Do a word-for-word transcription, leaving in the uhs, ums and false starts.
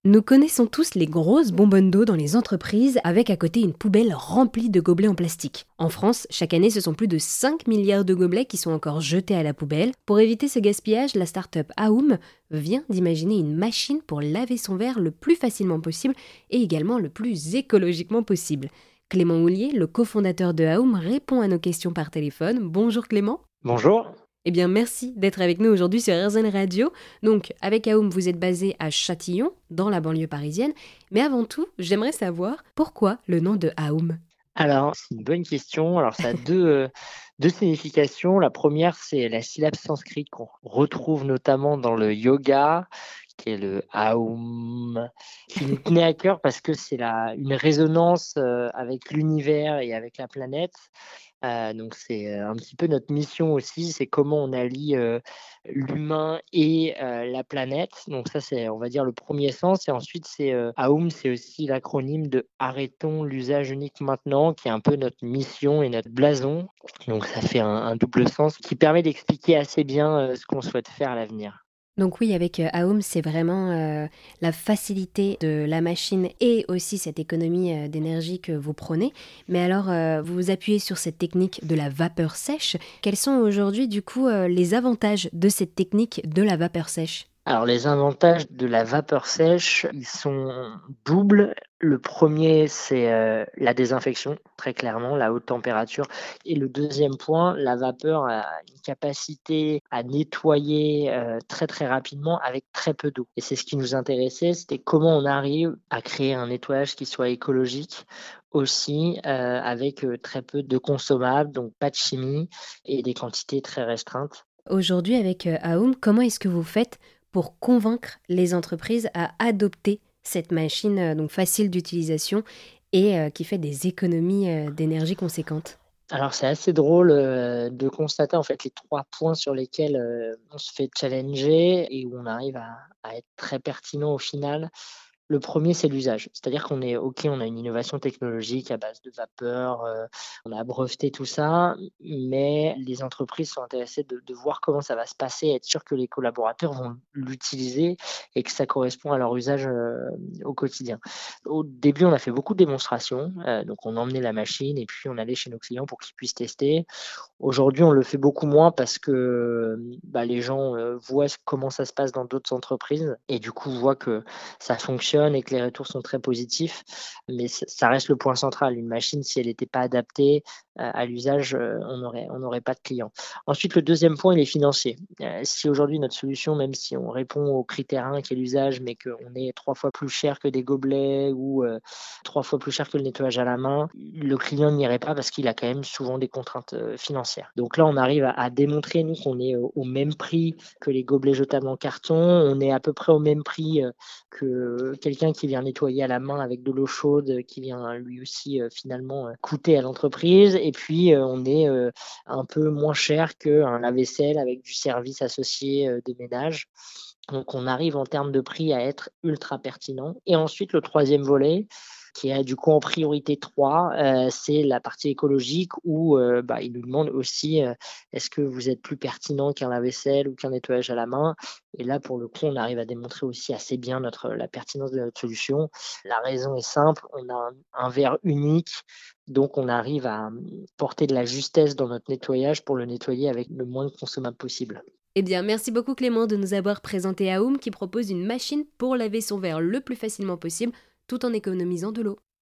Nous connaissons tous les grosses bonbonnes d'eau dans les entreprises avec à côté une poubelle remplie de gobelets en plastique. En France, chaque année, ce sont plus de cinq milliards de gobelets qui sont encore jetés à la poubelle. Pour éviter ce gaspillage, la start-up Aum vient d'imaginer une machine pour laver son verre le plus facilement possible et également le plus écologiquement possible. Clément Houllier, le cofondateur de Aum, répond à nos questions par téléphone. Bonjour Clément. Bonjour. Eh bien, merci d'être avec nous aujourd'hui sur R Z N Radio. Donc, avec Aum, vous êtes basé à Châtillon, dans la banlieue parisienne. Mais avant tout, j'aimerais savoir pourquoi le nom de Aum. Alors, c'est une bonne question. Alors, ça a deux, euh, deux significations. La première, c'est la syllabe sanscrite qu'on retrouve notamment dans le yoga, qui est le Aum, qui nous tenait à cœur parce que c'est la, une résonance euh, avec l'univers et avec la planète. Euh, donc c'est euh, un petit peu notre mission aussi, c'est comment on allie euh, l'humain et euh, la planète. Donc ça c'est, on va dire, le premier sens. Et ensuite c'est euh, Aum, c'est aussi l'acronyme de Arrêtons l'usage unique maintenant, qui est un peu notre mission et notre blason. Donc ça fait un, un double sens qui permet d'expliquer assez bien euh, ce qu'on souhaite faire à l'avenir. Donc oui, avec euh, Aum, c'est vraiment euh, la facilité de la machine et aussi cette économie euh, d'énergie que vous prenez. Mais alors, euh, vous vous appuyez sur cette technique de la vapeur sèche. Quels sont aujourd'hui, du coup, euh, les avantages de cette technique de la vapeur sèche ? Alors les avantages de la vapeur sèche, ils sont doubles. Le premier, c'est euh, la désinfection, très clairement, la haute température. Et le deuxième point, la vapeur a une capacité à nettoyer euh, très très rapidement avec très peu d'eau. Et c'est ce qui nous intéressait, c'était comment on arrive à créer un nettoyage qui soit écologique aussi, euh, avec euh, très peu de consommables, donc pas de chimie et des quantités très restreintes. Aujourd'hui, avec euh, Aum, comment est-ce que vous faites pour convaincre les entreprises à adopter cette machine euh, donc facile d'utilisation et euh, qui fait des économies euh, d'énergie conséquentes ? Alors c'est assez drôle, heu, de constater en fait les trois points sur lesquels, heu, on se fait challenger et où on arrive à à être très pertinent au final. Le premier, c'est l'usage. C'est-à-dire qu'on est OK, on a une innovation technologique à base de vapeur, heu, on a breveté tout ça, mais les entreprises sont intéressées de de voir comment ça va se passer, être sûr que les collaborateurs vont l'utiliser et que ça correspond à leur usage, heu, au quotidien. Au début, on a fait beaucoup de démonstrations, heu, donc on emmenait la machine et puis on allait chez nos clients pour qu'ils puissent tester. Aujourd'hui, on le fait beaucoup moins parce que, bah, les gens, heu, voient s comment ça se passe dans d'autres entreprises et du coup voient que ça fonctionne et que les retours sont très positifs. Mais ç ça reste le point central. Une machine, si elle n'était pas adaptée, heu, à l'usage, heu, on n'aurait on n'aurait pas de clients. Ensuite, le deuxième point, il est financier. Heu, si aujourd'hui notre solution, même si on répond au critère un qui est l'usage, mais qu'on est trois fois plus cher que des gobelets ou, heu, trois fois plus cher que le nettoyage à la main, le client n'irait pas parce qu'il a quand même souvent des contraintes, heu, financières. Donc là, on arrive à à démontrer, nous, qu'on est au au même prix que les gobelets jetables en carton. On est à peu près au même prix, heu, que quelqu'un qui vient nettoyer à la main avec de l'eau chaude, euh, qui vient lui aussi, heu, finalement, heu, coûter à l'entreprise et puis, heu, on est, heu, un peu moins cher qu'un lave-vaisselle avec du service associé, heu, de ménage. Donc on arrive en termes de prix à être ultra pertinent et ensuite le troisième volet, qui est du coup en priorité trois, heu, c'est la partie écologique où, heu, bah, ils nous demandent aussi, heu: «Est-ce que vous êtes plus pertinent qu'un lave-vaisselle ou qu'un nettoyage à la main?» Et là, pour le coup, on arrive à démontrer aussi assez bien notre la pertinence de notre solution. La raison est simple, on a un un verre unique, donc on arrive à, mmh, porter de la justesse dans notre nettoyage pour le nettoyer avec le moins de consommables possible. Eh bien, merci beaucoup Clément de nous avoir présenté Aum qui propose une machine pour laver son verre le plus facilement possible tout en économisant de l'eau.